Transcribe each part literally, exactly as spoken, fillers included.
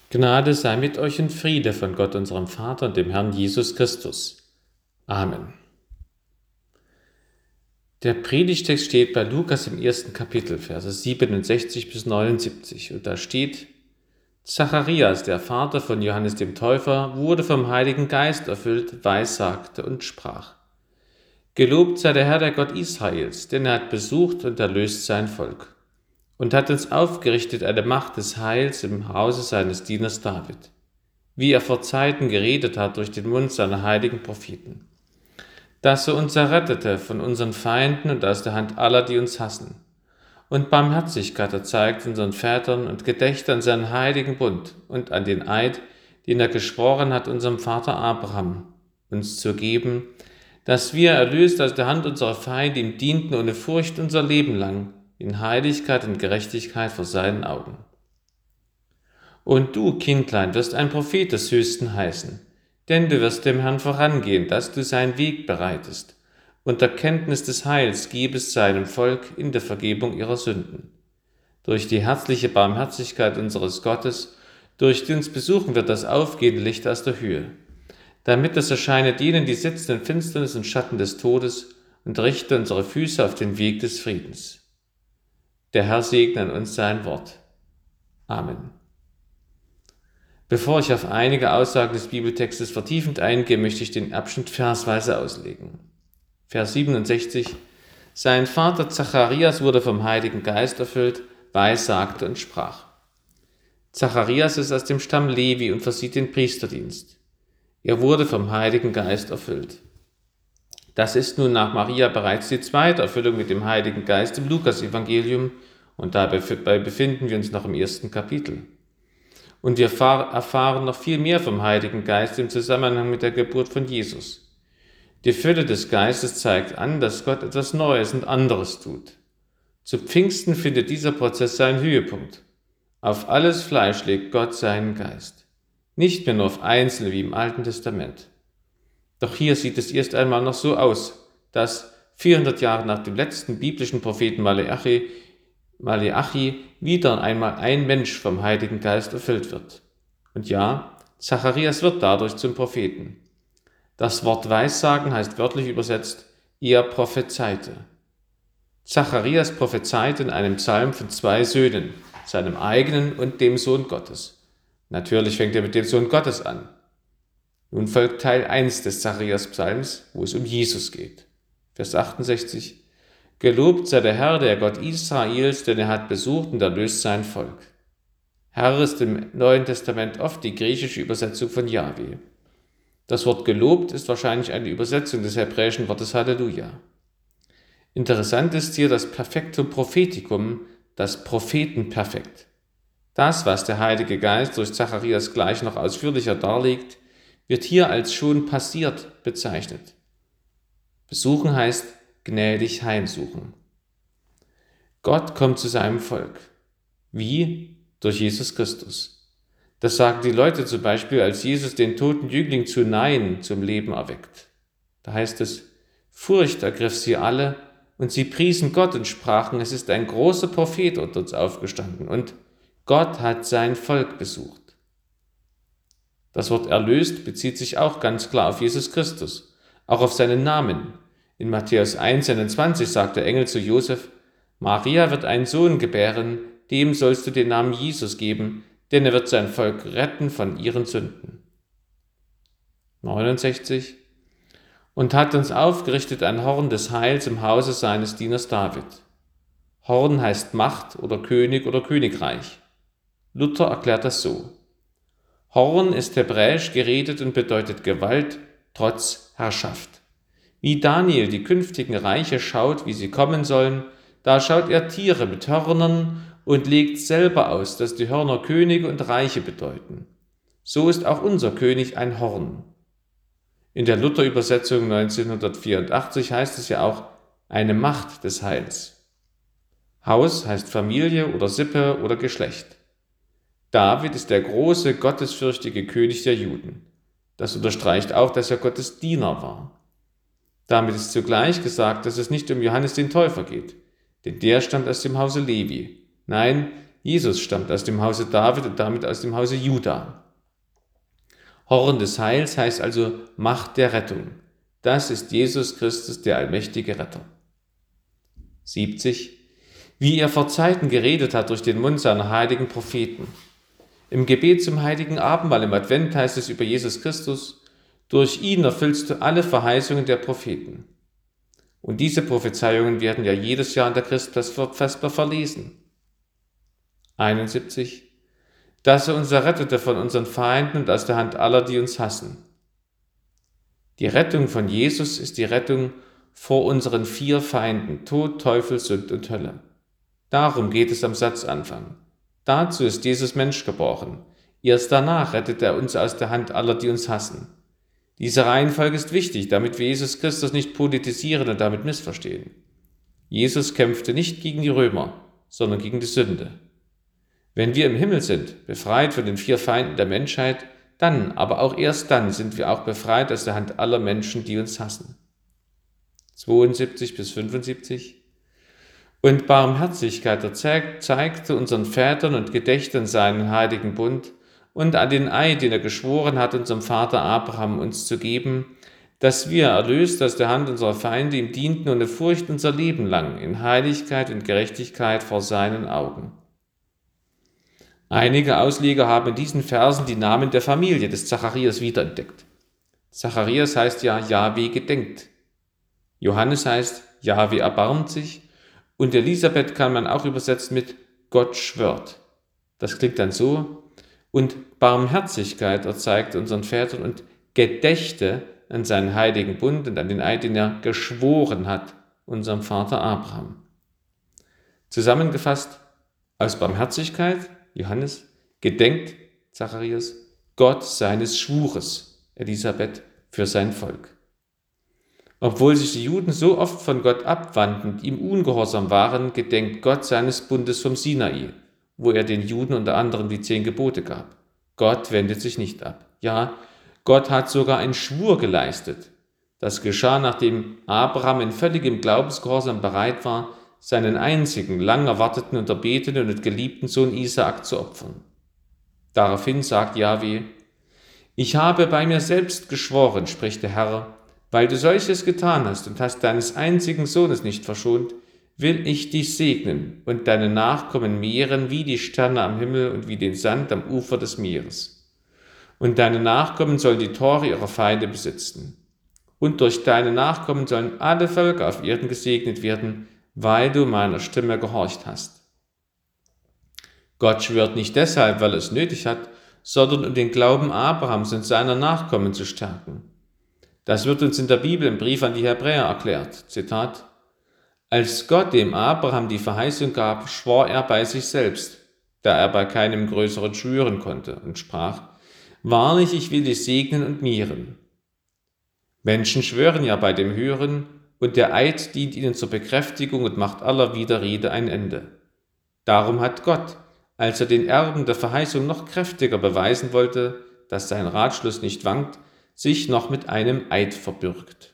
Gnade sei mit euch und Friede von Gott, unserem Vater und dem Herrn Jesus Christus. Amen. Der Predigtext steht bei Lukas im ersten Kapitel, Verse siebenundsechzig bis neunundsiebzig. Und da steht: Zacharias, der Vater von Johannes dem Täufer, wurde vom Heiligen Geist erfüllt, weissagte und sprach: Gelobt sei der Herr, der Gott Israels, denn er hat besucht und erlöst sein Volk und hat uns aufgerichtet eine Macht des Heils im Hause seines Dieners David, wie er vor Zeiten geredet hat durch den Mund seiner heiligen Propheten, dass er uns errettete von unseren Feinden und aus der Hand aller, die uns hassen, und Barmherzigkeit erzeigt unseren Vätern und gedächt an seinen heiligen Bund und an den Eid, den er geschworen hat unserem Vater Abraham, uns zu geben, dass wir, erlöst aus der Hand unserer Feinde, ihm dienten ohne Furcht unser Leben lang, in Heiligkeit und Gerechtigkeit vor seinen Augen. Und du, Kindlein, wirst ein Prophet des Höchsten heißen, denn du wirst dem Herrn vorangehen, dass du seinen Weg bereitest und Erkenntnis des Heils gibest seinem Volk in der Vergebung ihrer Sünden. Durch die herzliche Barmherzigkeit unseres Gottes, durch die uns besuchen wird das aufgehende Licht aus der Höhe, damit es erscheine denen, die sitzen in Finsternis und Schatten des Todes, und richte unsere Füße auf den Weg des Friedens. Der Herr segne an uns sein Wort. Amen. Bevor ich auf einige Aussagen des Bibeltextes vertiefend eingehe, möchte ich den Abschnitt versweise auslegen. Vers siebenundsechzig: Sein Vater Zacharias wurde vom Heiligen Geist erfüllt, weissagte und sprach. Zacharias ist aus dem Stamm Levi und versieht den Priesterdienst. Er wurde vom Heiligen Geist erfüllt. Das ist nun nach Maria bereits die zweite Erfüllung mit dem Heiligen Geist im Lukas-Evangelium, und dabei befinden wir uns noch im ersten Kapitel. Und wir erfahren noch viel mehr vom Heiligen Geist im Zusammenhang mit der Geburt von Jesus. Die Fülle des Geistes zeigt an, dass Gott etwas Neues und anderes tut. Zu Pfingsten findet dieser Prozess seinen Höhepunkt. Auf alles Fleisch legt Gott seinen Geist. Nicht mehr nur auf Einzelne wie im Alten Testament. Doch hier sieht es erst einmal noch so aus, dass vierhundert Jahre nach dem letzten biblischen Propheten Maleachi, Maleachi wieder einmal ein Mensch vom Heiligen Geist erfüllt wird. Und ja, Zacharias wird dadurch zum Propheten. Das Wort Weissagen heißt wörtlich übersetzt, er prophezeite. Zacharias prophezeit in einem Psalm von zwei Söhnen, seinem eigenen und dem Sohn Gottes. Natürlich fängt er mit dem Sohn Gottes an. Nun folgt Teil eins des Zacharias-Psalms, wo es um Jesus geht. Vers achtundsechzig: Gelobt sei der Herr, der Gott Israels, denn er hat besucht und erlöst sein Volk. Herr ist im Neuen Testament oft die griechische Übersetzung von Jahwe. Das Wort gelobt ist wahrscheinlich eine Übersetzung des hebräischen Wortes Halleluja. Interessant ist hier das Perfektum Prophetikum, das Prophetenperfekt. Das, was der Heilige Geist durch Zacharias gleich noch ausführlicher darlegt, wird hier als schon passiert bezeichnet. Besuchen heißt gnädig heimsuchen. Gott kommt zu seinem Volk. Wie? Durch Jesus Christus. Das sagen die Leute zum Beispiel, als Jesus den toten Jüngling zu Nain zum Leben erweckt. Da heißt es: Furcht ergriff sie alle, und sie priesen Gott und sprachen, es ist ein großer Prophet unter uns aufgestanden, und Gott hat sein Volk besucht. Das Wort erlöst bezieht sich auch ganz klar auf Jesus Christus, auch auf seinen Namen. In Matthäus eins einundzwanzig sagt der Engel zu Josef: Maria wird einen Sohn gebären, dem sollst du den Namen Jesus geben, denn er wird sein Volk retten von ihren Sünden. neunundsechzig: Und hat uns aufgerichtet ein Horn des Heils im Hause seines Dieners David. Horn heißt Macht oder König oder Königreich. Luther erklärt das so: Horn ist hebräisch geredet und bedeutet Gewalt, Trotz, Herrschaft. Wie Daniel die künftigen Reiche schaut, wie sie kommen sollen, da schaut er Tiere mit Hörnern und legt selber aus, dass die Hörner Könige und Reiche bedeuten. So ist auch unser König ein Horn. In der Luther-Übersetzung neunzehnhundertvierundachtzig heißt es ja auch eine Macht des Heils. Haus heißt Familie oder Sippe oder Geschlecht. David ist der große, gottesfürchtige König der Juden. Das unterstreicht auch, dass er Gottes Diener war. Damit ist zugleich gesagt, dass es nicht um Johannes den Täufer geht, denn der stammt aus dem Hause Levi. Nein, Jesus stammt aus dem Hause David und damit aus dem Hause Juda. Horn des Heils heißt also Macht der Rettung. Das ist Jesus Christus, der allmächtige Retter. siebzig. Wie er vor Zeiten geredet hat durch den Mund seiner heiligen Propheten. Im Gebet zum heiligen Abendmahl im Advent heißt es über Jesus Christus: Durch ihn erfüllst du alle Verheißungen der Propheten. Und diese Prophezeiungen werden ja jedes Jahr in der Christfestbar verlesen. einundsiebzig. Dass er uns errettete von unseren Feinden und aus der Hand aller, die uns hassen. Die Rettung von Jesus ist die Rettung vor unseren vier Feinden: Tod, Teufel, Sünde und Hölle. Darum geht es am Satzanfang. Dazu ist Jesus Mensch geboren. Erst danach rettet er uns aus der Hand aller, die uns hassen. Diese Reihenfolge ist wichtig, damit wir Jesus Christus nicht politisieren und damit missverstehen. Jesus kämpfte nicht gegen die Römer, sondern gegen die Sünde. Wenn wir im Himmel sind, befreit von den vier Feinden der Menschheit, dann, aber auch erst dann, sind wir auch befreit aus der Hand aller Menschen, die uns hassen. zweiundsiebzig bis fünfundsiebzig. Und Barmherzigkeit er zeigte unseren Vätern und gedächte an seinen heiligen Bund und an den Eid, den er geschworen hat, unserem Vater Abraham uns zu geben, dass wir, erlöst aus der Hand unserer Feinde, ihm dienten ohne Furcht unser Leben lang, in Heiligkeit und Gerechtigkeit vor seinen Augen. Einige Ausleger haben in diesen Versen die Namen der Familie des Zacharias wiederentdeckt. Zacharias heißt ja Jahwe gedenkt. Johannes heißt Jahwe erbarmt sich. Und Elisabeth kann man auch übersetzen mit Gott schwört. Das klingt dann so: Und Barmherzigkeit erzeigt unseren Vätern und gedächte an seinen heiligen Bund und an den Eid, den er geschworen hat, unserem Vater Abraham. Zusammengefasst: Aus Barmherzigkeit, Johannes, gedenkt Zacharias Gott seines Schwures, Elisabeth, für sein Volk. Obwohl sich die Juden so oft von Gott abwandten und ihm ungehorsam waren, gedenkt Gott seines Bundes vom Sinai, wo er den Juden unter anderem die zehn Gebote gab. Gott wendet sich nicht ab. Ja, Gott hat sogar einen Schwur geleistet. Das geschah, nachdem Abraham in völligem Glaubensgehorsam bereit war, seinen einzigen, lang erwarteten und erbetenen und geliebten Sohn Isaak zu opfern. Daraufhin sagt Jahwe: Ich habe bei mir selbst geschworen, spricht der Herr, weil du solches getan hast und hast deines einzigen Sohnes nicht verschont, will ich dich segnen und deine Nachkommen mehren wie die Sterne am Himmel und wie den Sand am Ufer des Meeres. Und deine Nachkommen sollen die Tore ihrer Feinde besitzen. Und durch deine Nachkommen sollen alle Völker auf Erden gesegnet werden, weil du meiner Stimme gehorcht hast. Gott schwört nicht deshalb, weil er es nötig hat, sondern um den Glauben Abrahams und seiner Nachkommen zu stärken. Das wird uns in der Bibel im Brief an die Hebräer erklärt. Zitat: Als Gott dem Abraham die Verheißung gab, schwor er bei sich selbst, da er bei keinem Größeren schwören konnte, und sprach: Wahrlich, ich will dich segnen und mehren. Menschen schwören ja bei dem Hören, und der Eid dient ihnen zur Bekräftigung und macht aller Widerrede ein Ende. Darum hat Gott, als er den Erben der Verheißung noch kräftiger beweisen wollte, dass sein Ratschluss nicht wankt, sich noch mit einem Eid verbürgt.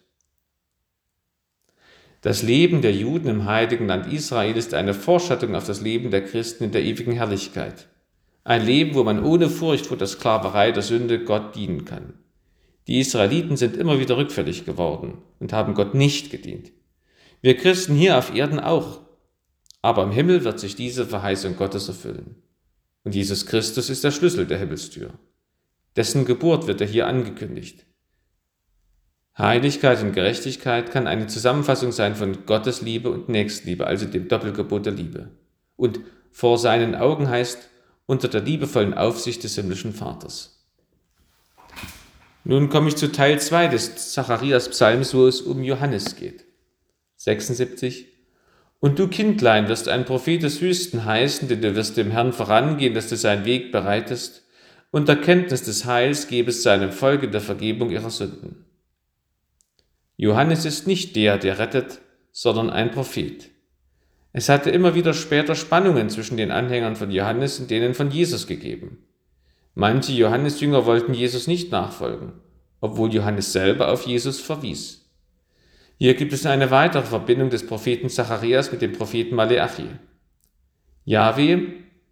Das Leben der Juden im heiligen Land Israel ist eine Vorschattung auf das Leben der Christen in der ewigen Herrlichkeit. Ein Leben, wo man ohne Furcht vor der Sklaverei der Sünde Gott dienen kann. Die Israeliten sind immer wieder rückfällig geworden und haben Gott nicht gedient. Wir Christen hier auf Erden auch. Aber im Himmel wird sich diese Verheißung Gottes erfüllen. Und Jesus Christus ist der Schlüssel der Himmelstür. Dessen Geburt wird er hier angekündigt. Heiligkeit und Gerechtigkeit kann eine Zusammenfassung sein von Gottes Liebe und Nächstenliebe, also dem Doppelgebot der Liebe. Und vor seinen Augen heißt, unter der liebevollen Aufsicht des himmlischen Vaters. Nun komme ich zu Teil zwei des Zacharias-Psalms, wo es um Johannes geht. sechsundsiebzig. Und du, Kindlein, wirst ein Prophet des Höchsten heißen, denn du wirst dem Herrn vorangehen, dass du seinen Weg bereitest, und Erkenntnis des Heils gebest seinem Volk in der Vergebung ihrer Sünden. Johannes ist nicht der, der rettet, sondern ein Prophet. Es hatte immer wieder später Spannungen zwischen den Anhängern von Johannes und denen von Jesus gegeben. Manche Johannesjünger wollten Jesus nicht nachfolgen, obwohl Johannes selber auf Jesus verwies. Hier gibt es eine weitere Verbindung des Propheten Zacharias mit dem Propheten Maleachi. Jahwe,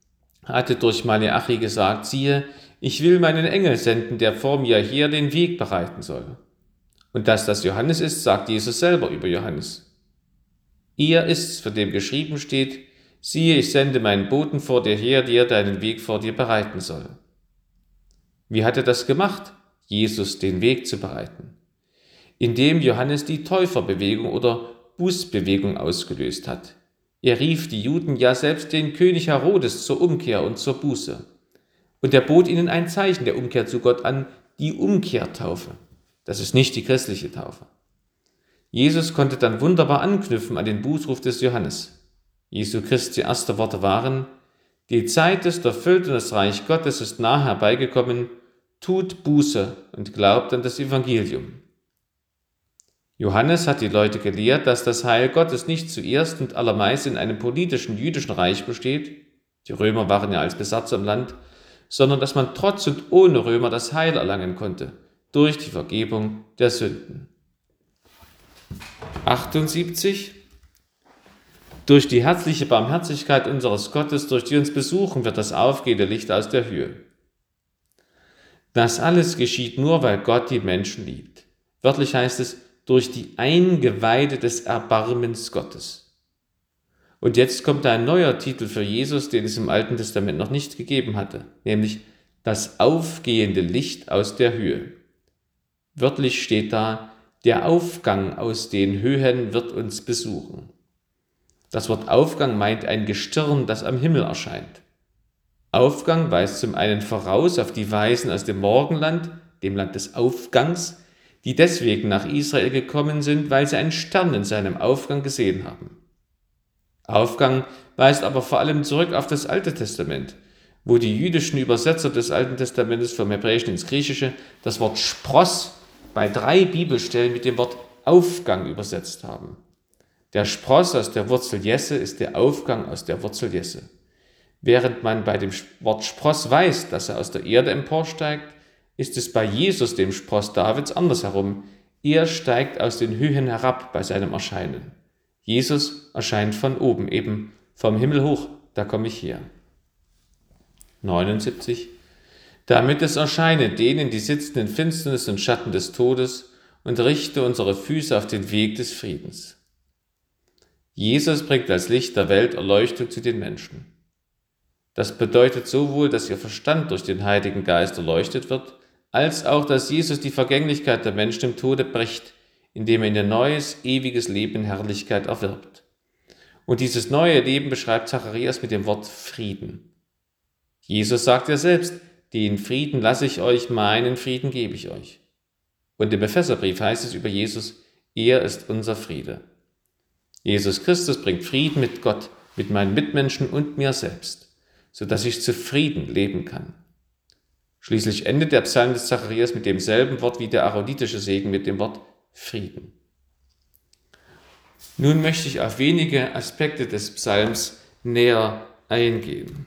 hatte durch Maleachi gesagt, siehe, ich will meinen Engel senden, der vor mir her den Weg bereiten soll. Und dass das Johannes ist, sagt Jesus selber über Johannes. Er ist's, von dem geschrieben steht, siehe, ich sende meinen Boten vor dir her, der deinen Weg vor dir bereiten soll. Wie hat er das gemacht, Jesus den Weg zu bereiten? Indem Johannes die Täuferbewegung oder Bußbewegung ausgelöst hat. Er rief die Juden, ja selbst den König Herodes, zur Umkehr und zur Buße. Und er bot ihnen ein Zeichen der Umkehr zu Gott an, die Umkehrtaufe. Das ist nicht die christliche Taufe. Jesus konnte dann wunderbar anknüpfen an den Bußruf des Johannes. Jesu Christi erste Worte waren, die Zeit ist erfüllt und das Reich Gottes ist nah herbeigekommen, tut Buße und glaubt an das Evangelium. Johannes hat die Leute gelehrt, dass das Heil Gottes nicht zuerst und allermeist in einem politischen jüdischen Reich besteht, die Römer waren ja als Besatzer im Land, sondern dass man trotz und ohne Römer das Heil erlangen konnte, durch die Vergebung der Sünden. achtundsiebzig. Durch die herzliche Barmherzigkeit unseres Gottes, durch die uns besuchen, wird das aufgehende Licht aus der Höhe. Das alles geschieht nur, weil Gott die Menschen liebt. Wörtlich heißt es, durch die Eingeweide des Erbarmens Gottes. Und jetzt kommt ein neuer Titel für Jesus, den es im Alten Testament noch nicht gegeben hatte, nämlich das aufgehende Licht aus der Höhe. Wörtlich steht da, der Aufgang aus den Höhen wird uns besuchen. Das Wort Aufgang meint ein Gestirn, das am Himmel erscheint. Aufgang weist zum einen voraus auf die Weisen aus dem Morgenland, dem Land des Aufgangs, die deswegen nach Israel gekommen sind, weil sie einen Stern in seinem Aufgang gesehen haben. Aufgang weist aber vor allem zurück auf das Alte Testament, wo die jüdischen Übersetzer des Alten Testamentes vom Hebräischen ins Griechische das Wort Spross bei drei Bibelstellen mit dem Wort Aufgang übersetzt haben. Der Spross aus der Wurzel Jesse ist der Aufgang aus der Wurzel Jesse. Während man bei dem Wort Spross weiß, dass er aus der Erde emporsteigt, ist es bei Jesus, dem Spross Davids, andersherum. Er steigt aus den Höhen herab bei seinem Erscheinen. Jesus erscheint von oben, eben vom Himmel hoch, da komme ich her. neunundsiebzig. Damit es erscheine denen, die sitzen in Finsternis und Schatten des Todes, und richte unsere Füße auf den Weg des Friedens. Jesus bringt als Licht der Welt Erleuchtung zu den Menschen. Das bedeutet sowohl, dass ihr Verstand durch den Heiligen Geist erleuchtet wird, als auch, dass Jesus die Vergänglichkeit der Menschen im Tode bricht, indem er in ein neues, ewiges Leben in Herrlichkeit erwirbt. Und dieses neue Leben beschreibt Zacharias mit dem Wort Frieden. Jesus sagt ja selbst, den Frieden lasse ich euch, meinen Frieden gebe ich euch. Und im Epheserbrief heißt es über Jesus, er ist unser Friede. Jesus Christus bringt Frieden mit Gott, mit meinen Mitmenschen und mir selbst, sodass ich zufrieden leben kann. Schließlich endet der Psalm des Zacharias mit demselben Wort wie der aaronitische Segen mit dem Wort Frieden. Nun möchte ich auf wenige Aspekte des Psalms näher eingehen.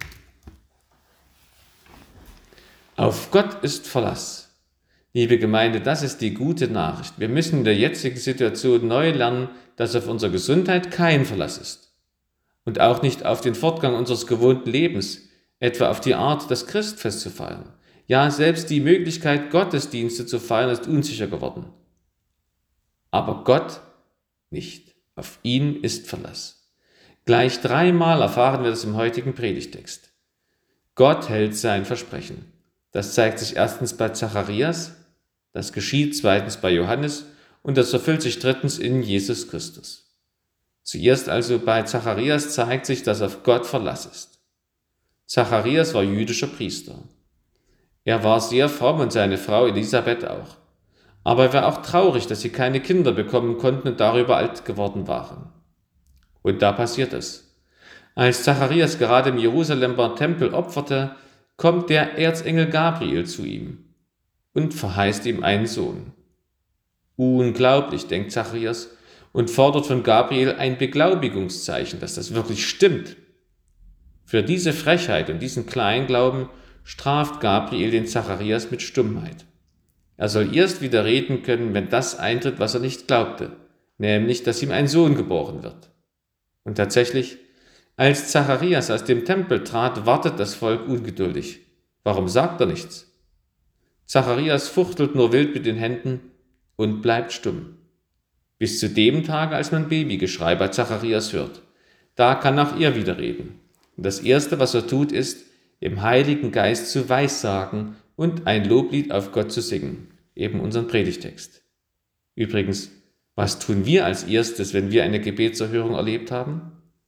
Auf Gott ist Verlass. Liebe Gemeinde, das ist die gute Nachricht. Wir müssen in der jetzigen Situation neu lernen, dass auf unsere Gesundheit kein Verlass ist. Und auch nicht auf den Fortgang unseres gewohnten Lebens, etwa auf die Art, das Christfest zu feiern. Ja, selbst die Möglichkeit, Gottesdienste zu feiern, ist unsicher geworden. Aber Gott nicht. Auf ihn ist Verlass. Gleich dreimal erfahren wir das im heutigen Predigtext. Gott hält sein Versprechen. Das zeigt sich erstens bei Zacharias, das geschieht zweitens bei Johannes und das erfüllt sich drittens in Jesus Christus. Zuerst also bei Zacharias zeigt sich, dass auf Gott Verlass ist. Zacharias war jüdischer Priester. Er war sehr fromm und seine Frau Elisabeth auch. Aber er war auch traurig, dass sie keine Kinder bekommen konnten und darüber alt geworden waren. Und da passiert es. Als Zacharias gerade im Jerusalemer Tempel opferte, kommt der Erzengel Gabriel zu ihm und verheißt ihm einen Sohn. Unglaublich, denkt Zacharias, und fordert von Gabriel ein Beglaubigungszeichen, dass das wirklich stimmt. Für diese Frechheit und diesen Kleinglauben straft Gabriel den Zacharias mit Stummheit. Er soll erst wieder reden können, wenn das eintritt, was er nicht glaubte, nämlich, dass ihm ein Sohn geboren wird. Und tatsächlich, Als Zacharias aus dem Tempel trat, wartet das Volk ungeduldig. Warum sagt er nichts? Zacharias fuchtelt nur wild mit den Händen und bleibt stumm. Bis zu dem Tage, als man Babygeschrei bei Zacharias hört. Da kann auch er wieder reden. Und das Erste, was er tut, ist, im Heiligen Geist zu weissagen und ein Loblied auf Gott zu singen, eben unseren Predigtext. Übrigens, was tun wir als erstes, wenn wir eine Gebetserhörung erlebt haben?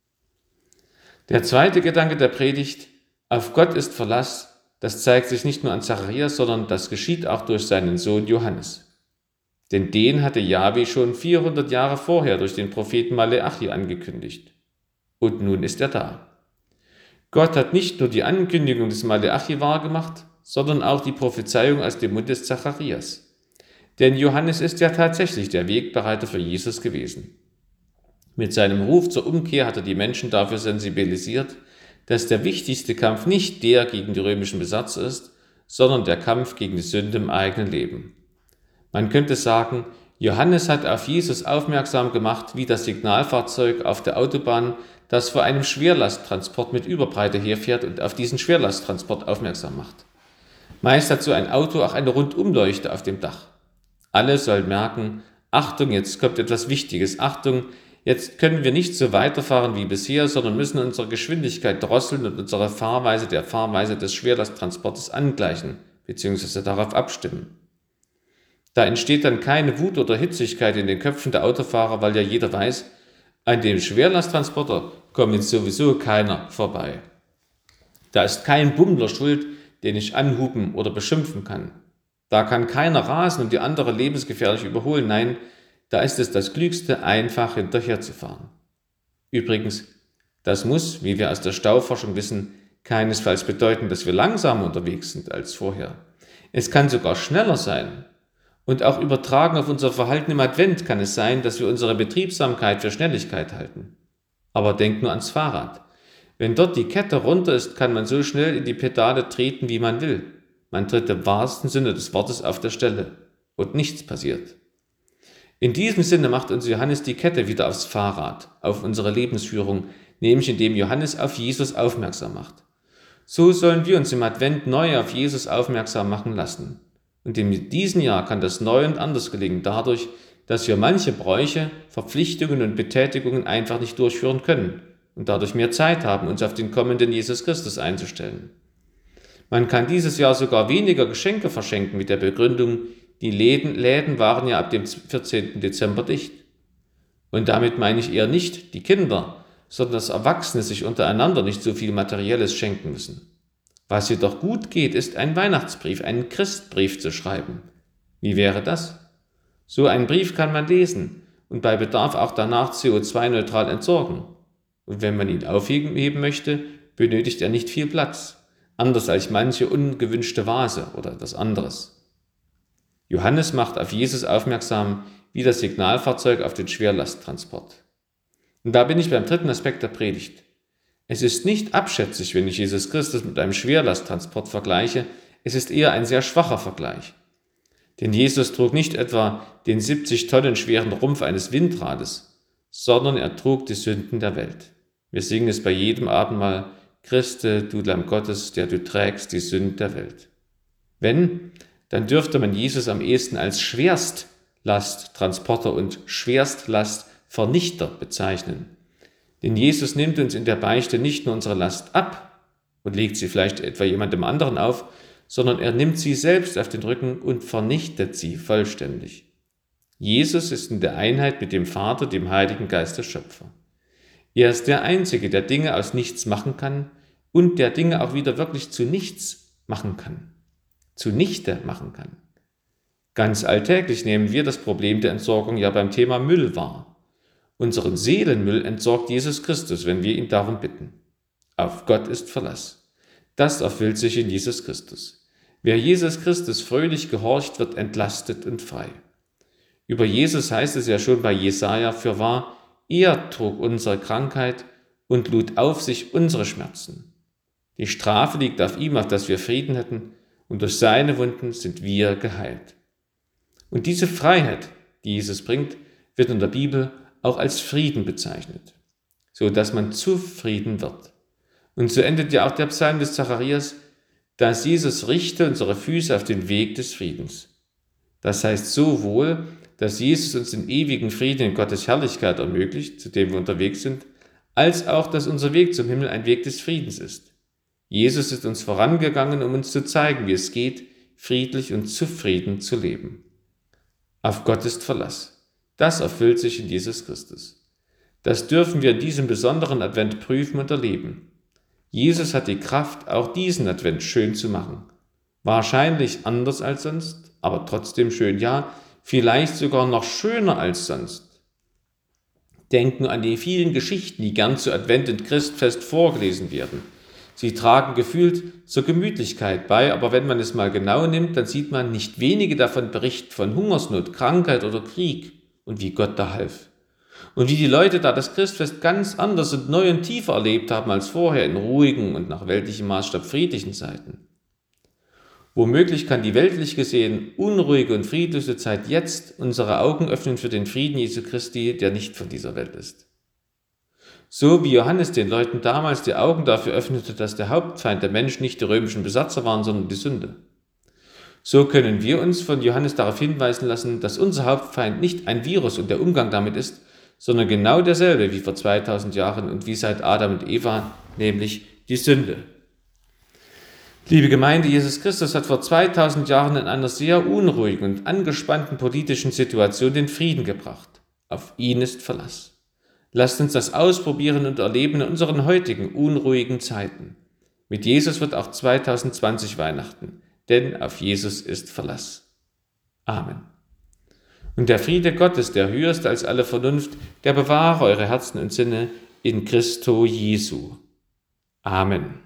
Der zweite Gedanke der Predigt, auf Gott ist Verlass, das zeigt sich nicht nur an Zacharias, sondern das geschieht auch durch seinen Sohn Johannes. Denn den hatte Jahwe schon vierhundert Jahre vorher durch den Propheten Maleachi angekündigt. Und nun ist er da. Gott hat nicht nur die Ankündigung des Maleachi wahrgemacht, sondern auch die Prophezeiung aus dem Mund des Zacharias. Denn Johannes ist ja tatsächlich der Wegbereiter für Jesus gewesen. Mit seinem Ruf zur Umkehr hat er die Menschen dafür sensibilisiert, dass der wichtigste Kampf nicht der gegen die römischen Besatzer ist, sondern der Kampf gegen die Sünde im eigenen Leben. Man könnte sagen, Johannes hat auf Jesus aufmerksam gemacht, wie das Signalfahrzeug auf der Autobahn, das vor einem Schwerlasttransport mit Überbreite herfährt und auf diesen Schwerlasttransport aufmerksam macht. Meist hat so ein Auto auch eine Rundumleuchte auf dem Dach. Alle sollen merken, Achtung, jetzt kommt etwas Wichtiges, Achtung, jetzt können wir nicht so weiterfahren wie bisher, sondern müssen unsere Geschwindigkeit drosseln und unsere Fahrweise der Fahrweise des Schwerlasttransportes angleichen bzw. darauf abstimmen. Da entsteht dann keine Wut oder Hitzigkeit in den Köpfen der Autofahrer, weil ja jeder weiß, an dem Schwerlasttransporter kommt jetzt sowieso keiner vorbei. Da ist kein Bummler schuld, den ich anhupen oder beschimpfen kann. Da kann keiner rasen und die andere lebensgefährlich überholen. Nein, da ist es das Klügste, einfach hinterherzufahren. Übrigens, das muss, wie wir aus der Stauforschung wissen, keinesfalls bedeuten, dass wir langsamer unterwegs sind als vorher. Es kann sogar schneller sein. Und auch übertragen auf unser Verhalten im Advent kann es sein, dass wir unsere Betriebsamkeit für Schnelligkeit halten. Aber denk nur ans Fahrrad. Wenn dort die Kette runter ist, kann man so schnell in die Pedale treten, wie man will. Man tritt im wahrsten Sinne des Wortes auf der Stelle und nichts passiert. In diesem Sinne macht uns Johannes die Kette wieder aufs Fahrrad, auf unsere Lebensführung, nämlich indem Johannes auf Jesus aufmerksam macht. So sollen wir uns im Advent neu auf Jesus aufmerksam machen lassen. Und in diesem Jahr kann das neu und anders gelingen dadurch, dass wir manche Bräuche, Verpflichtungen und Betätigungen einfach nicht durchführen können und dadurch mehr Zeit haben, uns auf den kommenden Jesus Christus einzustellen. Man kann dieses Jahr sogar weniger Geschenke verschenken mit der Begründung, die Läden, Läden waren ja ab dem vierzehnten Dezember dicht. Und damit meine ich eher nicht die Kinder, sondern dass Erwachsene sich untereinander nicht so viel Materielles schenken müssen. Was jedoch gut geht, ist ein Weihnachtsbrief, einen Christbrief zu schreiben. Wie wäre das? So einen Brief kann man lesen und bei Bedarf auch danach C O zwei neutral entsorgen. Und wenn man ihn aufheben möchte, benötigt er nicht viel Platz, anders als manche ungewünschte Vase oder etwas anderes. Johannes macht auf Jesus aufmerksam, wie das Signalfahrzeug auf den Schwerlasttransport. Und da bin ich beim dritten Aspekt der Predigt. Es ist nicht abschätzig, wenn ich Jesus Christus mit einem Schwerlasttransport vergleiche, es ist eher ein sehr schwacher Vergleich. Denn Jesus trug nicht etwa den siebzig Tonnen schweren Rumpf eines Windrades, sondern er trug die Sünden der Welt. Wir singen es bei jedem Abendmahl, Christe, du Lamm Gottes, der du trägst die Sünden der Welt. Wenn, dann dürfte man Jesus am ehesten als Schwerstlasttransporter und Schwerstlastvernichter bezeichnen. Denn Jesus nimmt uns in der Beichte nicht nur unsere Last ab und legt sie vielleicht etwa jemandem anderen auf, sondern er nimmt sie selbst auf den Rücken und vernichtet sie vollständig. Jesus ist in der Einheit mit dem Vater, dem Heiligen Geist, der Schöpfer. Er ist der Einzige, der Dinge aus nichts machen kann und der Dinge auch wieder wirklich zu nichts machen kann, zunichte machen kann. Ganz alltäglich nehmen wir das Problem der Entsorgung ja beim Thema Müll wahr. Unseren Seelenmüll entsorgt Jesus Christus, wenn wir ihn darum bitten. Auf Gott ist Verlass. Das erfüllt sich in Jesus Christus. Wer Jesus Christus fröhlich gehorcht, wird entlastet und frei. Über Jesus heißt es ja schon bei Jesaja, fürwahr, er trug unsere Krankheit und lud auf sich unsere Schmerzen. Die Strafe liegt auf ihm, auf dass wir Frieden hätten, und durch seine Wunden sind wir geheilt. Und diese Freiheit, die Jesus bringt, wird in der Bibel auch als Frieden bezeichnet. so dass man zufrieden wird. Und so endet ja auch der Psalm des Zacharias, dass Jesus richte unsere Füße auf den Weg des Friedens. Das heißt sowohl, dass Jesus uns den ewigen Frieden in Gottes Herrlichkeit ermöglicht, zu dem wir unterwegs sind, als auch, dass unser Weg zum Himmel ein Weg des Friedens ist. Jesus ist uns vorangegangen, um uns zu zeigen, wie es geht, friedlich und zufrieden zu leben. Auf Gott ist Verlass. Das erfüllt sich in Jesus Christus. Das dürfen wir in diesem besonderen Advent prüfen und erleben. Jesus hat die Kraft, auch diesen Advent schön zu machen. Wahrscheinlich anders als sonst, aber trotzdem schön, ja, vielleicht sogar noch schöner als sonst. Denken an die vielen Geschichten, die gern zu Advent und Christfest vorgelesen werden. Sie tragen gefühlt zur Gemütlichkeit bei, aber wenn man es mal genau nimmt, dann sieht man, nicht wenige davon berichten von Hungersnot, Krankheit oder Krieg und wie Gott da half. Und wie die Leute da das Christfest ganz anders und neu und tiefer erlebt haben als vorher in ruhigen und nach weltlichem Maßstab friedlichen Zeiten. Womöglich kann die weltlich gesehen unruhige und friedlose Zeit jetzt unsere Augen öffnen für den Frieden Jesu Christi, der nicht von dieser Welt ist. So wie Johannes den Leuten damals die Augen dafür öffnete, dass der Hauptfeind der Menschen nicht die römischen Besatzer waren, sondern die Sünde. So können wir uns von Johannes darauf hinweisen lassen, dass unser Hauptfeind nicht ein Virus und der Umgang damit ist, sondern genau derselbe wie vor zweitausend Jahren und wie seit Adam und Eva, nämlich die Sünde. Liebe Gemeinde, Jesus Christus hat vor zweitausend Jahren in einer sehr unruhigen und angespannten politischen Situation den Frieden gebracht. Auf ihn ist Verlass. Lasst uns das ausprobieren und erleben in unseren heutigen unruhigen Zeiten. Mit Jesus wird auch zweitausendzwanzig Weihnachten, denn auf Jesus ist Verlass. Amen. Und der Friede Gottes, der höher ist als alle Vernunft, der bewahre eure Herzen und Sinne in Christo Jesu. Amen.